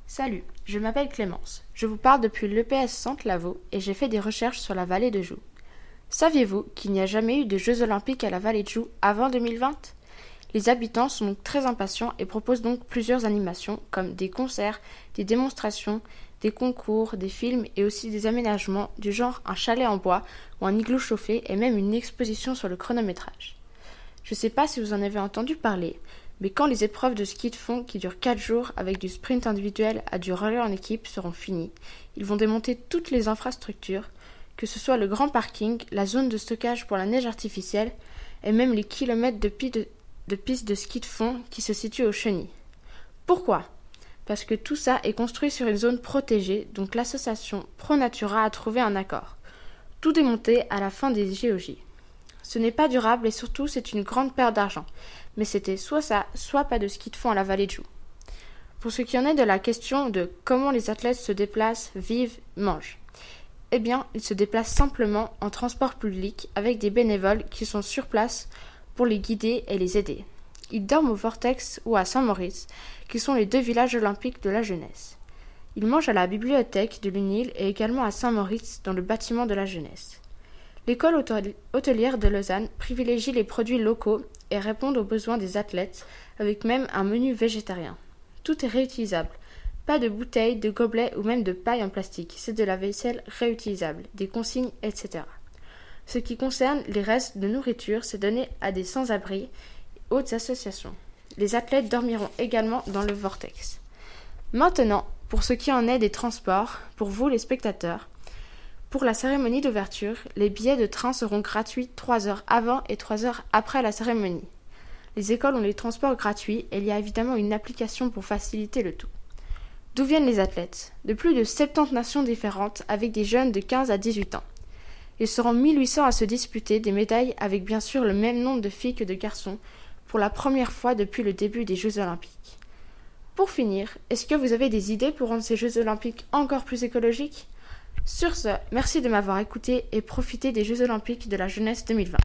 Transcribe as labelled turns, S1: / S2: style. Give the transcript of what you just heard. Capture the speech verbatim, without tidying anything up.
S1: Salut, je m'appelle Clémence. Je vous parle depuis l'E P S Centre-Lavaux et j'ai fait des recherches sur la vallée de Joux. Saviez-vous qu'il n'y a jamais eu de Jeux Olympiques à la vallée de Joux avant deux mille vingt ? Les habitants sont donc très impatients et proposent donc plusieurs animations comme des concerts, des démonstrations, des concours, des films et aussi des aménagements du genre un chalet en bois ou un igloo chauffé et même une exposition sur le chronométrage. Je ne sais pas si vous en avez entendu parler, mais quand les épreuves de ski de fond qui durent quatre jours avec du sprint individuel à du relais en équipe seront finies, ils vont démonter toutes les infrastructures, que ce soit le grand parking, la zone de stockage pour la neige artificielle et même les kilomètres de, pi de, de pistes de ski de fond qui se situent au Chenil. Pourquoi ? Parce que tout ça est construit sur une zone protégée, donc l'association ProNatura a trouvé un accord. Tout démonté à la fin des J O J. Ce n'est pas durable et surtout c'est une grande perte d'argent. Mais c'était soit ça, soit pas de ski de fond à la vallée de Joux. Pour ce qui en est de la question de comment les athlètes se déplacent, vivent, mangent, eh bien, ils se déplacent simplement en transport public avec des bénévoles qui sont sur place pour les guider et les aider. Ils dorment au Vortex ou à Saint-Maurice, qui sont les deux villages olympiques de la jeunesse. Ils mangent à la bibliothèque de l'U N I L et également à Saint-Maurice dans le bâtiment de la jeunesse. L'école hôtelière de Lausanne privilégie les produits locaux et répond aux besoins des athlètes avec même un menu végétarien. Tout est réutilisable. Pas de bouteilles, de gobelets ou même de paille en plastique. C'est de la vaisselle réutilisable, des consignes, et cetera. Ce qui concerne les restes de nourriture, c'est donné à des sans-abri et autres associations. Les athlètes dormiront également dans le Vortex. Maintenant, pour ce qui en est des transports, pour vous les spectateurs, pour la cérémonie d'ouverture, les billets de train seront gratuits trois heures avant et trois heures après la cérémonie. Les écoles ont les transports gratuits et il y a évidemment une application pour faciliter le tout. D'où viennent les athlètes ? De plus de soixante-dix nations différentes avec des jeunes de quinze à dix-huit ans. Ils seront mille huit cents à se disputer des médailles avec bien sûr le même nombre de filles que de garçons pour la première fois depuis le début des Jeux Olympiques. Pour finir, est-ce que vous avez des idées pour rendre ces Jeux Olympiques encore plus écologiques ? Sur ce, merci de m'avoir écouté et profitez des Jeux Olympiques de la jeunesse deux mille vingt.